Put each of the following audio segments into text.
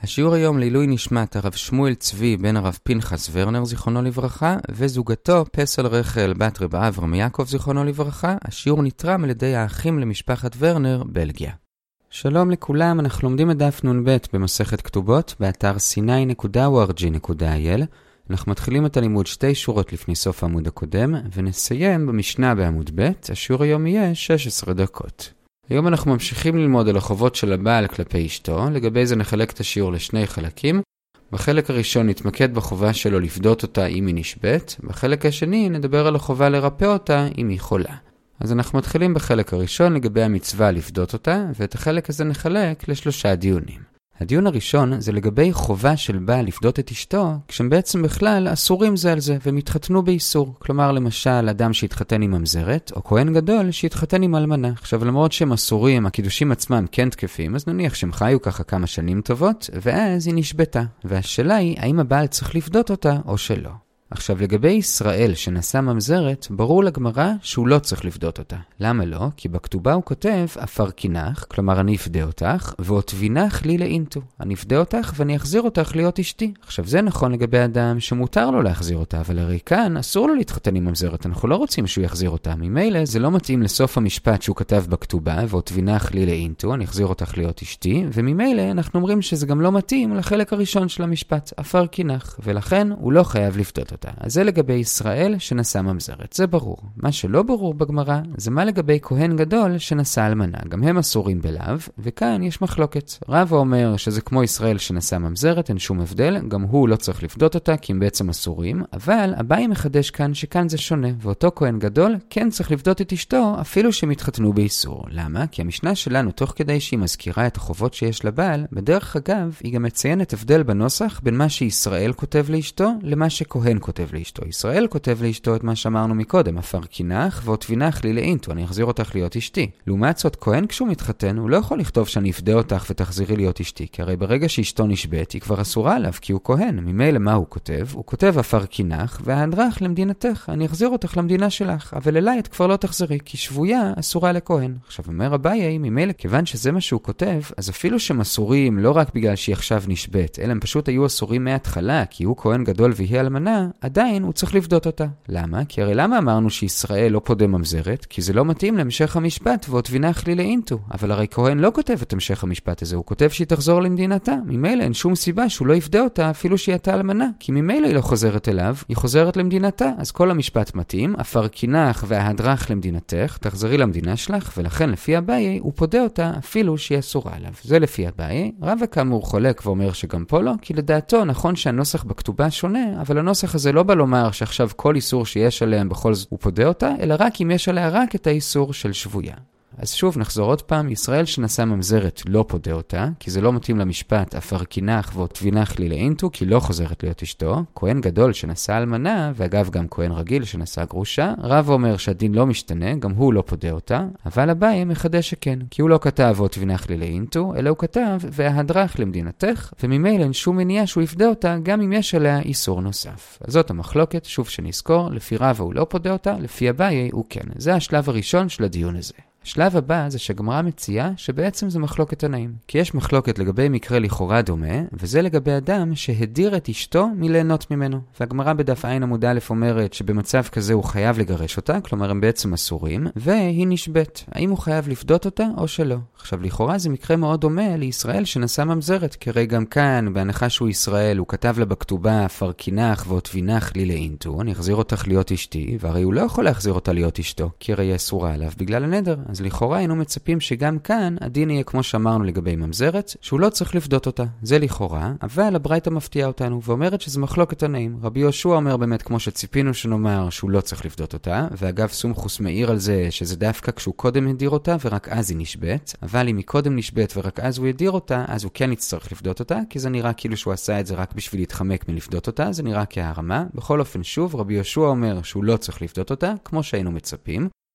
השיעור היום לעילוי נשמת הרב שמואל צבי בן הרב פנחס ורנר זיכרונו לברכה וזוגתו פסל רחל בת רב אברהם יעקב זיכרונו לברכה. השיעור נתרם על ידי האחים למשפחת ורנר, בלגיה. שלום לכולם, אנחנו לומדים את דף נ"ב במסכת כתובות באתר sinai.org.il. אנחנו מתחילים את הלימוד 2 שורות לפני סוף העמוד הקודם ונסיים במשנה בעמוד ב'. השיעור היום יהיה 16 דקות. היום אנחנו ממשיכים ללמוד על החובות של הבעל כלפי אשתו. לגבי זה נחלק את השיעור לשני חלקים. בחלק הראשון נתמקד בחובה שלו לפדות אותה אם היא נשבית. בחלק השני נדבר על החובה לרפא אותה אם היא חולה. אז אנחנו מתחילים בחלק הראשון לגבי המצווה לפדות אותה, ואת החלק הזה נחלק לשלושה דיונים. הדיון הראשון זה לגבי חובה של בעל לפדות את אשתו, כשהם בעצם בכלל אסורים זה על זה ומתחתנו באיסור. כלומר, למשל, אדם שהתחתן עם ממזרת, או כהן גדול שהתחתן עם אלמנה. עכשיו, למרות שהם אסורים, הקידושים עצמם כן תקפים, אז נניח שהם חיו ככה כמה שנים טובות, ואז היא נשבתה. והשאלה היא, האם הבעל צריך לפדות אותה או שלא? עכשיו, לגבי ישראל שנשא ממזרת, ברור לגמרא שהוא לא צריך לפדות אותה. למה לא? כי בכתובה הוא כותב, אפרקינך, כלומר אני אפדה אותך, ואותבינך לי לאינטו. אני אפדה אותך ואני אחזיר אותך להיות אשתי. עכשיו, זה נכון לגבי אדם שמותר לו להחזיר אותה, אבל הרי כאן אסור לו להתחתן עם ממזרת. אנחנו לא רוצים שהוא יחזיר אותה. ממילא זה לא מתאים לסוף המשפט שהוא כתב בכתובה, ואותבינך לי לאינטו, אני אחזיר אותך להיות אשתי, וממילא אנחנו אומרים שזה גם לא מתאים לחלק הראשון של המשפט, אפרקינך, ולכן הוא לא חייב לפדות אותה. אז זה לגבי ישראל שנשא ממזרת, זה ברור. מה שלא ברור בגמרא זה מה לגבי כהן גדול שנשא אלמנה. גם הם אסורים בלאו, וכאן יש מחלוקת. רב אומר שזה כמו ישראל שנשא ממזרת, אין שום הבדל, גם הוא לא צריך לפדות אותה כי הם בעצם אסורים, אבל אביי מחדש כאן שכאן זה שונה, ואותו כהן גדול כן צריך לפדות את אשתו אפילו שמתחתנו באיסור. למה? כי המשנה שלנו תוך כדי שהיא מזכירה את החובות שיש לבעל, בדרך אגב היא גם מציינת הבדל בנוסח בין מה שישראל כותב לאשתו למה שכהן כותב לאשתו. ישראל כותב לאשתו את מה שאמרנו מקודם, אפרקינך ואותבינך לי לאינטו, אני אחזיר אותך להיות אשתי. לעומת זאת, כהן כשהוא מתחתן, הוא לא יכול לכתוב שאני אפדה אותך ותחזירי להיות אשתי, כי הרי ברגע שאשתו נשבית, היא כבר אסורה עליו, כי הוא כהן. ממילא מה הוא כותב? הוא כותב אפרקינך וההדרך למדינתך, אני אחזיר אותך למדינה שלך, אבל אליי את כבר לא תחזרי, כי שבויה אסורה לכהן. עכשיו אומר אביי, ממילא כיוון שזה מה שהוא כותב, אז אפילו שהם אסורים לא רק בגלל שהיא עכשיו נשבית, אלא הם פשוט היו אסורים מההתחלה, כי הוא כהן גדול והיא אלמנה, עדיין הוא צריך לפדות אותה. למה? כי הרי למה אמרנו שישראל לא פודה ממזרת? כי זה לא מתאים להמשך המשפט ואותבינך לי לאינטו. אבל הרי כהן לא כותב את המשך המשפט הזה, הוא כותב שהיא תחזור למדינתה. ממילא אין שום סיבה שהוא לא יפדה אותה אפילו שהיא הייתה אלמנה, כי ממילא היא לא חוזרת אליו, היא חוזרת למדינתה. אז כל המשפט מתאים, אפרקינך וההדרך למדינתך, תחזרי למדינה שלך, ולכן לפי אביי הוא פודה אותה אפילו שהיא אסורה עליו. זה לפי אביי. רב כאמור חולק ואומר שגם פה לא, כי לדעתו נכון שהנוסח בכתובה שונה, אבל הנוסח הזה לא בא לומר שעכשיו כל איסור שיש עליהם בכל זאת הוא פודה אותה, אלא רק אם יש עליה רק את האיסור של שבויה. אז שוב נחזור עוד פעם, ישראל שנשא ממזרת לא פודה אותה, כי זה לא מתאים למשפט אפרקינך ואותבינך לי לאינטו, כי לא חוזרת להיות אשתו. כהן גדול שנשא אלמנה, ואגב גם כהן רגיל שנשא גרושה, רב אומר שהדין לא משתנה, גם הוא לא פודה אותה, אבל אביי מחדש שכן, כי הוא לא כתב ואותבינך לי לאינטו, אלא הוא כתב וההדרך למדינתך, וממילא אין שום מניעה שהוא יפדה אותה, גם אם יש עליה איסור נוסף. אז זאת המחלוקת, שוב שנזכור, לפי רב הוא לא פודה אותה, לפי אביי הוא כן. זה השלב הראשון של הדיון הזה. השלב הבא זה שהגמרא מציעה שבעצם זה מחלוקת תנאים. כי יש מחלוקת לגבי מקרה לכאורה דומה, וזה לגבי אדם שהדיר את אשתו מליהנות ממנו. והגמרא בדף עין עמוד א' אומרת שבמצב כזה הוא חייב לגרש אותה, כלומר הם בעצם אסורים, והיא נשבית. האם הוא חייב לפדות אותה או שלא? עכשיו לכאורה זה מקרה מאוד דומה לישראל שנשא ממזרת, כי הרי גם כאן, בהנחה שהוא ישראל, הוא כתב לה בכתובה אפרקינך ואותבינך לי לאינטו, אני אחזיר אותך להיות אשתי, והרי הוא לא יכול להחזיר אותה להיות אשתו, כי הרי היא אסורה עליו בגלל הנדר. אז לכאורה היינו מצפים שגם כאן הדין יהיה כמו שאמרנו לגבי ממזרת, שהוא לא צריך לפדות אותה. זה לכאורה, אבל הברייתא מפתיעה אותנו ואומרת שזה מחלוקת תנאים. רבי יהושע אומר באמת כמו שציפינו שנאמר שהוא לא צריך לפדות אותה, ואגב סומכוס מעיר על זה שזה דווקא כשהוא קודם הדיר אותה ורק אז היא נשבית, אבל אם היא קודם נשבית ורק אז הוא הדיר אותה, אז הוא כן יצטרך לפדות אותה, כי זה נראה כאילו שהוא עשה את זה רק בשביל להתחמק מלפדות אותה, זה נראה כהרמה. בכל אופן שוב, רבי יהושע אומר שהוא לא צריך לפדות אותה, כמו שהיינו מצפים.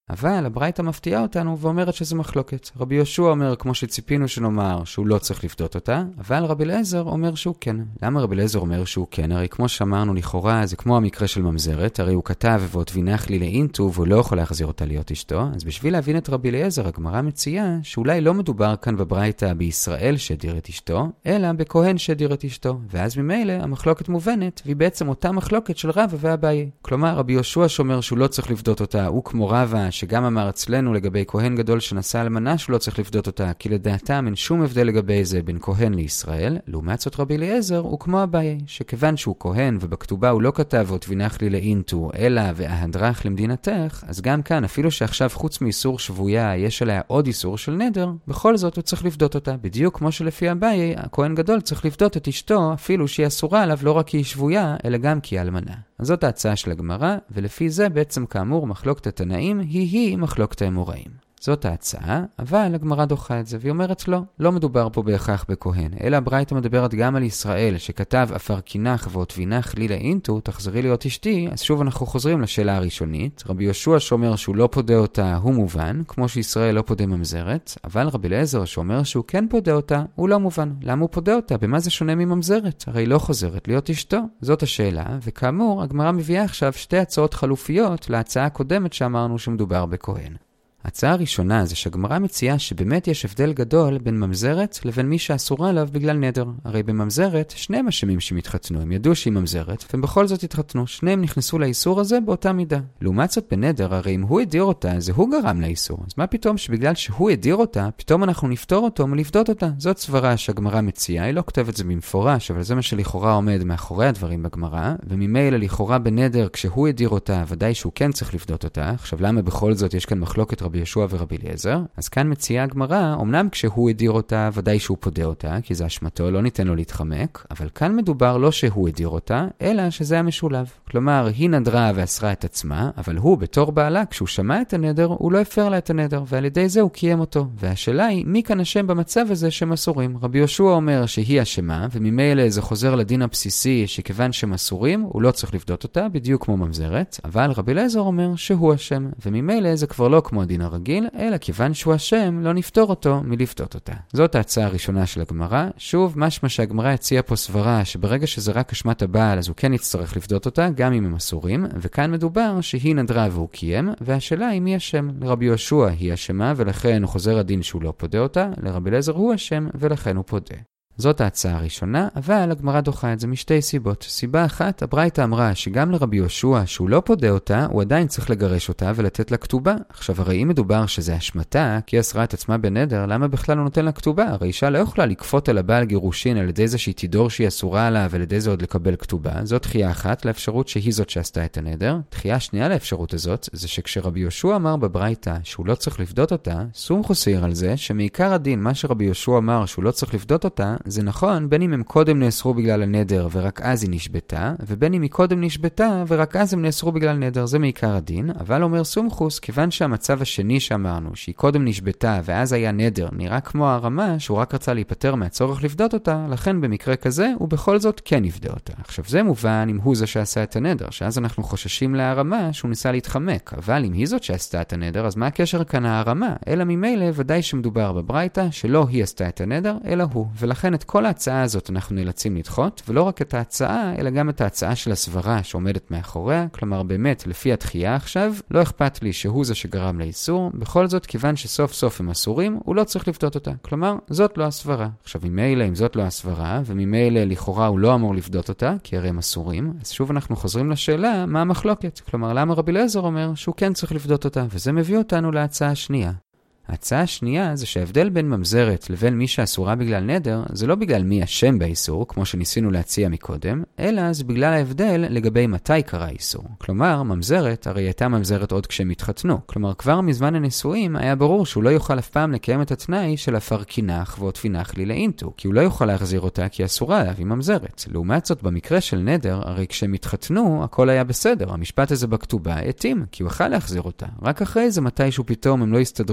אבל הברייתא מפתיעה אותנו ואומרת שזה מחלוקת. רבי יהושע אומר, כמו שציפינו שנאמר, שהוא לא צריך לפדות אותה, אבל רבי אליעזר אומר שהוא כן. למה רבי אליעזר אומר שהוא כן? הרי כמו שאמרנו לכאורה, זה כמו המקרה של ממזרת, הרי הוא כתב "ועוטבינך לי לאינטו", והוא לא יכול להחזיר אותה להיות אשתו. אז בשביל להבין את רבי אליעזר, הגמרא מציעה שאולי לא מדובר כאן בברייתא בישראל שהדיר את אשתו, אלא בכהן שהדיר את אשתו. ואז ממילא המחלוקת מובנת, והיא בעצם אותה מחלוקת של רבא ואביי. כלומר, רבי יהושע שאומר שהוא לא צריך לפדות אותה, הוא כמו רבא שגם אמר אצלנו לגבי כהן גדול שנשא אלמנה שהוא לא צריך לפדות אותה, כי לדעתם אין שום הבדל לגבי זה בין כהן לישראל. לעומת זאת רבי אליעזר הוא כמו אביי, שכיוון שהוא כהן ובכתובה הוא לא כתב "ועוטבינך לי לאינטו", אלא "ואהדרך למדינתך", אז גם כאן אפילו שעכשיו חוץ מאיסור שבויה יש עליה עוד איסור של נדר, בכל זאת הוא צריך לפדות אותה, בדיוק כמו שלפי אביי הכהן גדול צריך לפדות את אשתו אפילו שהיא אסורה עליו לא רק כי היא שבויה אלא גם כי היא אלמנה. אז זאת ההצעה של הגמרא, ולפי זה בעצם כאמור מחלוקת התנאים היא מחלוקת האמוראים. זאת ההצעה, אבל הגמרא דוחה את זה, והיא אומרת לא מדובר פה בהכרח בכהן, אלא הברייתא מדברת גם על ישראל, שכתב "אפרקינך ועוטבינך לי לאינטו, תחזרי להיות אשתי", אז שוב אנחנו חוזרים לשאלה הראשונית. רבי יהושע שאומר שהוא לא פודה אותה הוא מובן, כמו שישראל לא פודה ממזרת, אבל רבי אליעזר שאומר שהוא כן פודה אותה, הוא לא מובן. למה הוא פודה אותה? במה זה שונה מממזרת? הרי לא חוזרת להיות אשתו. זאת השאלה, וכאמור, הגמרא מביאה עכשיו שתי הצעות חלופיות להצעה הקודמת שאמרנו שמדובר בכהן. ההצעה הראשונה זה שהגמרא מציעה שבאמת יש הבדל גדול בין ממזרת לבין מי שאסורה עליו בגלל נדר. הרי בממזרת שניהם אשמים שמתחתנו, הם ידעו שהיא ממזרת, והם בכל זאת התחתנו, שניהם נכנסו לאיסור הזה באותה מידה. לעומת זאת בנדר, הרי אם הוא הדיר אותה, זה הוא גרם לאיסור. אז מה פתאום שבגלל שהוא הדיר אותה, פתאום אנחנו נפתור אותו מלפדות אותה? זאת סברה שהגמרא מציעה, היא לא כותבת זה במפורש, אבל זה מה שלכאורה עומד מאחורי הדברים בגמרא, וממילא לכאורה בנדר כשהוא הדיר אותה, ודאי שהוא כן צריך לפדות אותה. עכשיו למה בכל זאת יש כאן מחלוקת רבי יהושע ורבי אליעזר? אז כאן מציעה הגמרא, אמנם כשהוא הדיר אותה, ודאי שהוא פודה אותה, כי זה אשמתו, לא ניתן לו להתחמק, אבל כאן מדובר לא שהוא הדיר אותה, אלא שזה המשולב. כלומר, היא נדרה ואסרה את עצמה, אבל הוא בתור בעלה, כשהוא שמע את הנדר, הוא לא הפר לה את הנדר, ועל ידי זה הוא קיים אותו. והשאלה היא, מי כאן אשם במצב הזה שהם אסורים? רבי יהושע אומר שהיא אשמה, וממילא זה חוזר לדין הבסיסי, שכיוון שהם אסורים, הוא לא צריך לפדות אותה, בדיוק כמו ממזרת, אבל רבי אליעזר אומר שהוא אשם, וממילא זה כבר לא כמו הדין הרגיל, אלא כיוון שהוא אשם, לא נפתור אותו מלפדות אותה. זאת ההצעה הראשונה של הגמרא. שוב, משמע שהגמרא הציעה פה סברה שברגע שזה רק אשמת הבעל, אז הוא כן יצטרך לפדות אותה, גם אם הם אסורים, וכאן מדובר שהיא נדרה והוא קיים, והשאלה היא מי אשם. לרבי יהושע היא אשמה, ולכן הוא חוזר הדין שהוא לא פודה אותה, לרבי אליעזר הוא אשם, ולכן הוא פודה. זאת ההצעה הראשונה, אבל הגמרא דוחה את זה משתי סיבות. סיבה אחת, הברייתא אמרה שגם לרבי יהושע שהוא לא פודה אותה, הוא עדיין צריך לגרש אותה ולתת לה כתובה. עכשיו הרי אם מדובר שזה אשמתה, כי אסרה את עצמה בנדר, למה בכלל הוא נותן לה כתובה? הרי אישה לא יכולה לקפות על הבעל גירושין על ידי זה שהיא תדור שהיא אסורה עליו ועל ידי זה עוד לקבל כתובה. זאת דחייה אחת לאפשרות שהיא זאת שעשתה את הנדר. דחייה שנייה לאפשרות הזאת, זה שכשרבי יהושע אמר בברייתא שהוא לא צריך לפדות אותה, סומכוס העיר על זה שמעיקר הדין מה שרבי יהושע אמר שהוא לא צריך לפדות אותה, זה נכון, בין אם הם קודם נאסרו בגלל הנדר ורק אז היא נשבתה, ובין אם היא קודם נשבתה ורק אז הם נאסרו בגלל נדר, זה מעיקר הדין. אבל אומר סומכוס, כיוון שהמצב השני שאמרנו, שהיא קודם נשבתה ואז היה נדר, נראה כמו הרמה שהוא רק רצה להיפטר מהצורך לפדות אותה, לכן במקרה כזה הוא בכל זאת כן יפדה אותה. עכשיו זה מובן אם הוא זה שעשה את הנדר, שאז אנחנו חוששים להרמה שהוא ניסה להתחמק, אבל אם היא זאת שעשתה את הנדר, אז מה הקשר כאן ההרמה? אלא ממילא ודאי שמדובר בברייתא שלא היא עשתה את הנדר, אלא הוא. ולכן את כל ההצעה הזאת אנחנו נאלצים לדחות, ולא רק את ההצעה, אלא גם את ההצעה של הסברה שעומדת מאחוריה. כלומר, באמת, לפי התחייה עכשיו, לא אכפת לי שהוא זה שגרם לאיסור, בכל זאת, כיוון שסוף סוף הם אסורים, הוא לא צריך לפדות אותה. כלומר, זאת לא הסברה. עכשיו, ממילא, אם זאת לא הסברה, וממילא לכאורה הוא לא אמור לפדות אותה, כי הרי הם אסורים, אז שוב אנחנו חוזרים לשאלה, מה המחלוקת? כלומר, למה רבי אליעזר אומר שהוא כן צריך לפדות אותה, וזה מביא אותנו להצעה השנייה. ההצעה השנייה זה שההבדל בין ממזרת לבין מי שאסורה בגלל נדר, זה לא בגלל מי אשם באיסור, כמו שניסינו להציע מקודם, אלא זה בגלל ההבדל לגבי מתי קרה איסור. כלומר, ממזרת הרי הייתה ממזרת עוד כשהם התחתנו. כלומר, כבר מזמן הנישואים היה ברור שהוא לא יוכל אף פעם לקיים את התנאי של אפרקינך ועוטבינך לי לאינטו, כי הוא לא יוכל להחזיר אותה כי אסורה עליו עם ממזרת. לעומת זאת, במקרה של נדר, הרי כשהם התחתנו, הכל היה בסדר. המשפט הזה בכתובה התאים, כי הוא יכל להחזיר אותה. רק אחרי זה מתישהו פתאום הם לא הסתדרו והוא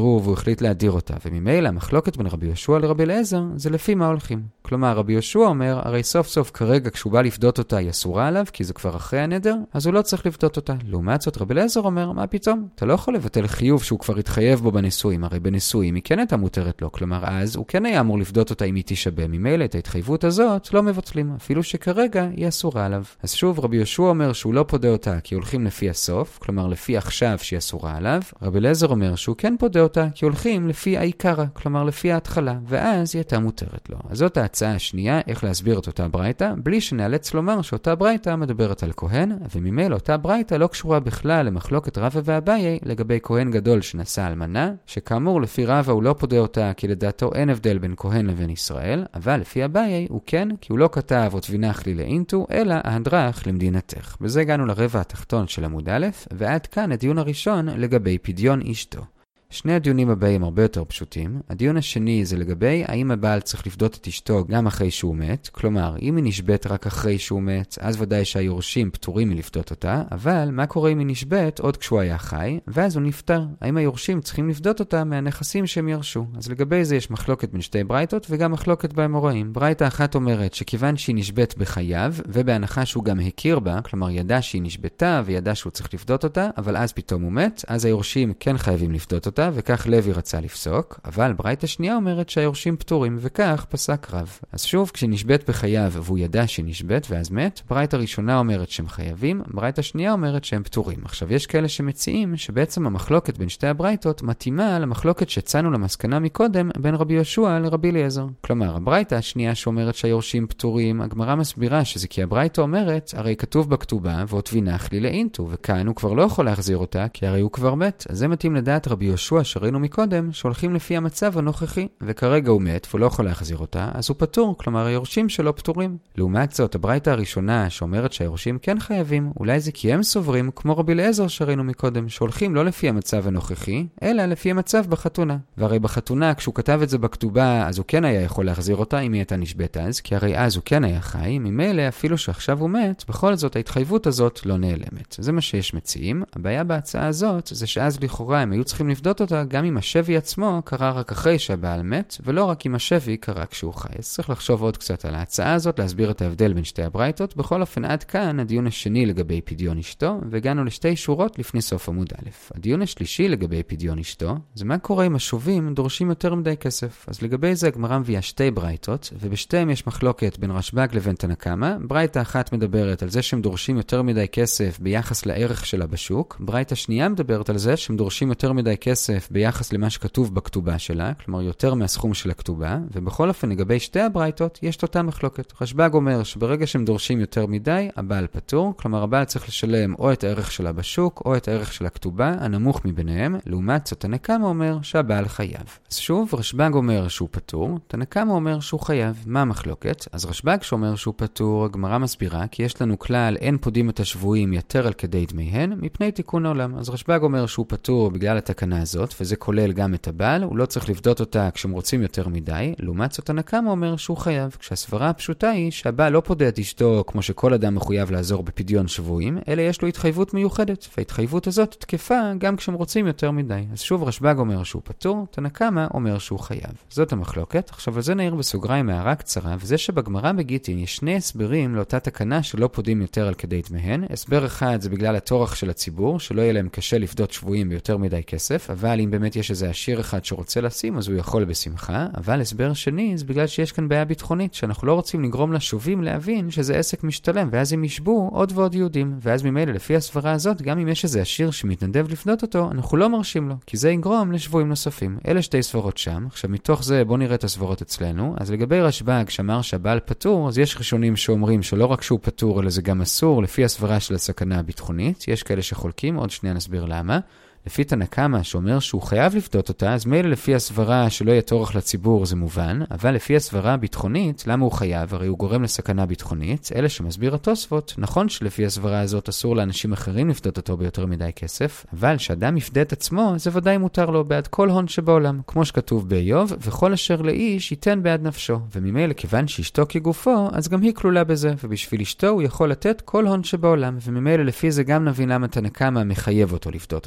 מחליט להדיר אותה, וממילא המחלוקת בין רבי יהושע לרבי אליעזר זה לפי מה הולכים. כלומר, רבי יהושע אומר, הרי סוף סוף כרגע כשהוא בא לפדות אותה היא אסורה עליו, כי זה כבר אחרי הנדר, אז הוא לא צריך לפדות אותה. לעומת זאת, רבי אליעזר אומר, מה פתאום? אתה לא יכול לבטל חיוב שהוא כבר התחייב בו בנישואים, הרי בנישואים היא כן הייתה מותרת לו, כלומר אז הוא כן היה אמור לפדות אותה אם היא תשבע. ממילא את ההתחייבות הזאת לא מבטלים, אפילו שכרגע היא אסורה עליו. אז שוב, רבי יהושע אומר שהוא לא פודה אותה כי הולכים לפי הסוף, כלומר לפי עכשיו שהיא אסורה עליו. רבי אליעזר אומר שהוא כן פודה אותה כי הולכים לפי העיקרה, כלומר לפי ההתחלה, ואז היא הייתה מותרת לו. אז זאת ההצעה השנייה, איך להסביר את אותה ברייתא, בלי שנאלץ לומר שאותה ברייתא מדברת על כהן, וממילא אותה ברייתא לא קשורה בכלל למחלוקת רבא ואביי לגבי כהן גדול שנשא אלמנה, שכאמור לפי רבא הוא לא פודה אותה כי לדעתו אין הבדל בין כהן לבין ישראל, אבל לפי אביי הוא כן, כי הוא לא כתב ותבינך לי לאינטו, אלא ההדרך למדינתך. בזה הגענו לרבע התחתון של עמוד א', ועד כאן הדיון הראשון לגבי פדיון אשתו. שני הדיונים הבאים הרבה יותר פשוטים. הדיון השני זה לגבי האם הבעל צריך לפדות את אשתו גם אחרי שהוא מת, כלומר אם היא נשבית רק אחרי שהוא מת, אז ודאי שהיורשים פטורים מלפדות אותה, אבל מה קורה אם היא נשבית עוד כשהוא היה חי, ואז הוא נפטר? האם היורשים צריכים לפדות אותה מהנכסים שהם ירשו? אז לגבי זה יש מחלוקת בין שתי ברייתות וגם מחלוקת באמוראים. ברייתא אחת אומרת שכיוון שהיא נשבית בחייו, ובהנחה שהוא גם הכיר בה, כלומר ידע שהיא נשבתה וידע שהוא צריך לפדות אותה, אבל אז פתאום הוא מת, אז היורשים כן חייבים לפדות אותה, וכך לוי רצה לפסוק, אבל ברייתא שנייה אומרת שהיורשים פטורים, וכך פסק רב. אז שוב, כשנשבט בחייו והוא ידע שנשבט ואז מת, ברייתא ראשונה אומרת שהם חייבים, ברייתא שנייה אומרת שהם פטורים. עכשיו יש כאלה שמציעים שבעצם המחלוקת בין שתי הברייתות מתאימה למחלוקת שצאנו למסקנה מקודם בין רבי יהושע לרבי אליעזר. כלומר, הברייתא השנייה שאומרת שהיורשים פטורים, הגמרא מסבירה שזה כי הברייתא אומרת, הרי כתוב בכתובה ותבינך לי לאינטו, וכאן הוא כבר לא יכול להחזיר אותה, כי הרי הוא כבר מת. אז זה מתאים לדעת רבי יהושע שראינו מקודם, שהולכים לפי המצב הנוכחי, וכרגע הוא מת והוא לא יכול להחזיר אותה, אז הוא פטור, כלומר היורשים שלו פטורים. לעומת זאת, הברייתא הראשונה שאומרת שהיורשים כן חייבים, אולי זה כי הם סוברים, כמו רבי אליעזר שראינו מקודם, שהולכים לא לפי המצב הנוכחי, אלא לפי המצב בחתונה. והרי בחתונה, כשהוא כתב את זה בכתובה, אז הוא כן היה יכול להחזיר אותה אם היא הייתה נשבית אז, כי הרי אז הוא כן היה חי, ממילא אפילו שעכשיו הוא מת, בכל זאת ההתחייבות הזאת לא נעלמת. זה מה שיש מציעים. הבעיה בהצעה הזאת זה שאז לכאורה הם היו צריכים לפדות אותה גם אם השבי עצמו קרה רק אחרי שהבעל מת, ולא רק אם השבי קרה כשהוא חי. אז צריך לחשוב עוד קצת על ההצעה הזאת, להסביר את ההבדל בין שתי הברייתות. בכל אופן עד כאן הדיון השני לגבי פדיון אשתו, והגענו לשתי שורות לפני סוף עמוד א'. הדיון השלישי לגבי פדיון אשתו, זה מה קורה אם השובים דורשים יותר מדי כסף. אז לגבי זה הגמרא מביאה שתי ברייתות, ובשתיהם יש מחלוקת בין רשב"ג לבין תנא קמא. ברייתא אחת מדברת על זה שהם דורשים יותר מדי כסף ביחס לערך שלה בשוק. ברייתא שנייה מדברת על זה שהם דורשים יותר מדי כסף ביחס למה שכתוב בכתובה שלה, כלומר יותר מהסכום של הכתובה, ובכל אופן לגבי שתי הברייתות יש אותה מחלוקת. רשב"ג אומר שברגע שהם דורשים יותר מדי, הבעל פטור, כלומר הבעל צריך לשלם או את הערך שלה בשוק או את הערך של הכתובה, הנמוך מביניהם. לעומת זאת תנא קמא אומר שהבעל חייב. אז שוב, רשב"ג אומר שהוא פטור, תנא קמא אומר שהוא חייב. מה המחלוקת? אז רשב"ג שאומר שהוא פטור, הגמרא מסבירה כי יש לנו כלל אין פודים את השבויים יתר על כדי דמיהן מפני תיקון העולם. אז רשב"ג אומר שהוא פטור בגלל התקנה הזאת, וזה כולל גם את הבעל, הוא לא צריך לפדות אותה כשהם רוצים יותר מדי. לעומת זאת תנא קמא אומר שהוא חייב, כשהסברה הפשוטה היא שהבעל לא פודה את אשתו כמו שכל אדם מחויב לעזור בפדיון שבויים, אלא יש לו התחייבות מיוחדת, וההתחייבות הזאת תקפה גם כשהם רוצים יותר מדי. אז שוב רשב"ג אומר שהוא פטור, תנא קמא אומר שהוא חייב. זאת המחלוקת. עכשיו על זה נעיר בסוגריים הערה קצרה, וזה שבגמרא בגיטין יש שני הסברים לאותה תקנה שלא פודים יותר על כדי דמיהן. הסבר אחד זה בגלל התורח של הציבור, שלא יהיה להם קשה לפדות שבויים ביותר מדי כסף, אבל אם באמת יש איזה עשיר אחד שרוצה לשים, אז הוא יכול בשמחה. אבל הסבר שני זה בגלל שיש כאן בעיה ביטחונית, שאנחנו לא רוצים לגרום לשובים להבין שזה עסק משתלם, ואז הם ישבו עוד ועוד יהודים. ואז ממילא לפי הסברה הזאת, גם אם יש איזה עשיר שמתנדב לפדות אותו, אנחנו לא מרשים לו, כי זה יגרום לשבויים נוספים. אלה שתי סברות שם. עכשיו מתוך זה בוא נראה את הסברות אצלנו. אז לגבי רשב"ג שאמר שהבעל פטור, אז יש ראשונים שאומרים שלא רק שהוא פטור, אלא זה גם אסור לפי הסברה של הסכנה הביטחונית. יש כאלה שחולקים, עוד שנייה נסביר למה. לפי תנא קמא שאומר שהוא חייב לפדות אותה, אז מילא לפי הסברה שלא יהיה תורח לציבור זה מובן, אבל לפי הסברה הביטחונית, למה הוא חייב? הרי הוא גורם לסכנה ביטחונית. אלה שמסביר התוספות, נכון שלפי הסברה הזאת אסור לאנשים אחרים לפדות אותו ביותר מדי כסף, אבל שאדם יפדה את עצמו, זה ודאי מותר לו בעד כל הון שבעולם, כמו שכתוב באיוב, וכל אשר לאיש ייתן בעד נפשו. וממילא כיוון שאשתו כגופו, אז גם היא כלולה בזה, ובשביל אשתו הוא יכול לתת כל הון שבעולם, וממילא לפי זה גם נבין למה תנא קמא מחייב אותו לפדות אותה,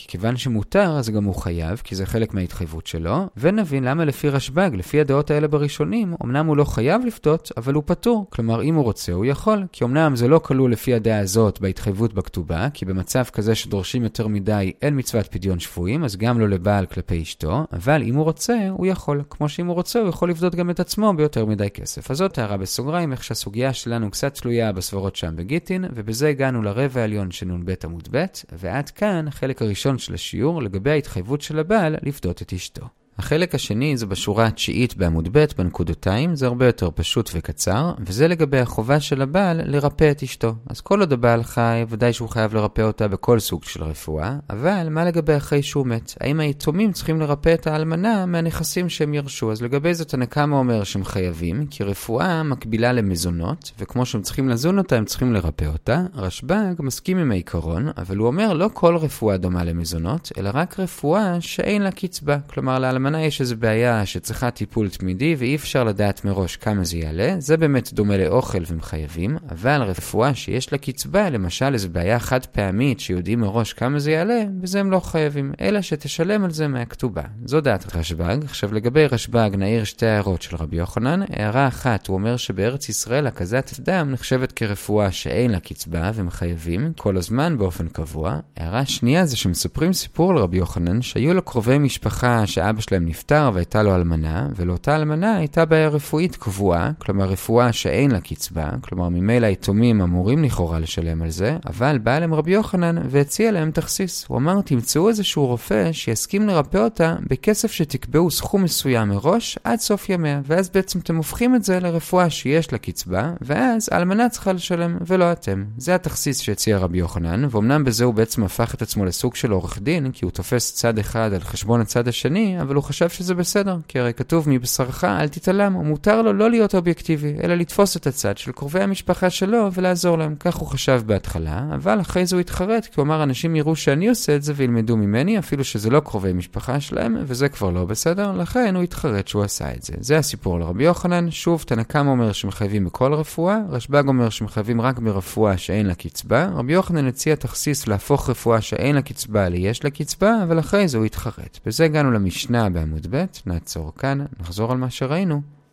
כי כיוון שמותר, אז גם הוא חייב, כי זה חלק מההתחייבות שלו, ונבין למה לפי רשב"ג, לפי הדעות האלה בראשונים, אמנם הוא לא חייב לפדות, אבל הוא פטור. כלומר, אם הוא רוצה, הוא יכול, כי אמנם זה לא כלול לפי הדעה הזאת בהתחייבות בכתובה, כי במצב כזה שדורשים יותר מדי, אין מצוות פדיון שבויים, אז גם לא לבעל כלפי אשתו, אבל אם הוא רוצה, הוא יכול. כמו שאם הוא רוצה, הוא יכול לפדות גם את עצמו ביותר מדי כסף. אז זאת הערה בסוגריים, איך שהסוגיה שלנו קצת תלויה בסברות שם בגיטין, ובזה הגענו לרבע העליון של נ"ב עמוד ב', ועד כאן החלק הראשון של השיעור לגבי ההתחייבות של הבעל לפדות את אשתו. החלק השני זה בשורה התשיעית בעמוד ב' בנקודותיים, זה הרבה יותר פשוט וקצר, וזה לגבי החובה של הבעל לרפא את אשתו. אז כל עוד הבעל חי, ודאי שהוא חייב לרפא אותה בכל סוג של רפואה, אבל מה לגבי אחרי שהוא מת? האם היתומים צריכים לרפא את האלמנה מהנכסים שהם ירשו? אז לגבי זה תנא קמא אומר שהם חייבים, כי רפואה מקבילה למזונות, וכמו שהם צריכים לזון אותה, הם צריכים לרפא אותה. רשב"ג מסכים עם העיקרון, אבל הוא אומר לא כל רפואה דומה למזונות, אלא רק רפואה שאין לה קצבה. כלומר, לאלמנה יש איזו בעיה שצריכה טיפול תמידי ואי אפשר לדעת מראש כמה זה יעלה, זה באמת דומה לאוכל והם חייבים, אבל רפואה שיש לה קצבה, למשל איזו בעיה חד פעמית שיודעים מראש כמה זה יעלה, בזה הם לא חייבים, אלא שתשלם על זה מהכתובה. זו דעת רשב"ג. עכשיו לגבי רשב"ג נעיר שתי הערות של רבי יוחנן. הערה אחת, הוא אומר שבארץ ישראל הקזת דם נחשבת כרפואה שאין לה קצבה והם חייבים כל הזמן באופן קבוע. הערה שנייה זה שמספרים סיפור על רבי יוחנן שהיו לו קרובי משפחה שאבא שלהם נפטר והייתה לו אלמנה, ולאותה אלמנה הייתה בעיה רפואית קבועה, כלומר רפואה שאין לה קצבה, כלומר ממילא היתומים אמורים לכאורה לשלם על זה, אבל בא להם רבי יוחנן והציע להם תכסיס. הוא אמר, תמצאו איזשהו רופא שיסכים לרפא אותה בכסף שתקבעו סכום מסוים מראש עד סוף ימיה, ואז בעצם אתם הופכים את זה לרפואה שיש לה קצבה, ואז האלמנה צריכה לשלם ולא אתם. זה התכסיס שהציע רבי יוחנן, ואומנם בזה הוא בעצם הפך את עצמו לסוג של עורך דין, כי הוא תופס צד אחד על חשבון הצד השני, אבל הוא חשב שזה בסדר, כי הרי כתוב מבשרך אל תתעלם, ומותר לו לא להיות אובייקטיבי, אלא לתפוס את הצד של קרובי המשפחה שלו ולעזור להם. כך הוא חשב בהתחלה, אבל אחרי זה הוא התחרט, כי הוא אמר, אנשים יראו שאני עושה את זה וילמדו ממני, אפילו שזה לא קרובי משפחה שלהם, וזה כבר לא בסדר, לכן הוא התחרט שהוא עשה את זה. זה הסיפור לרבי יוחנן. שוב, תנא קמא אומר שמחייבים בכל רפואה, רשב"ג אומר שמחייבים רק ברפואה שאין לה קצבה. רבי יוחנן הציע תכסיס להפוך רפואה שאין לה קצבה ליש לה קצבה, אבל אחרי זה הוא התחרט. בזה הגענו למשנה בעמוד ב', נעצור כאן, נחזור על מה שראינו.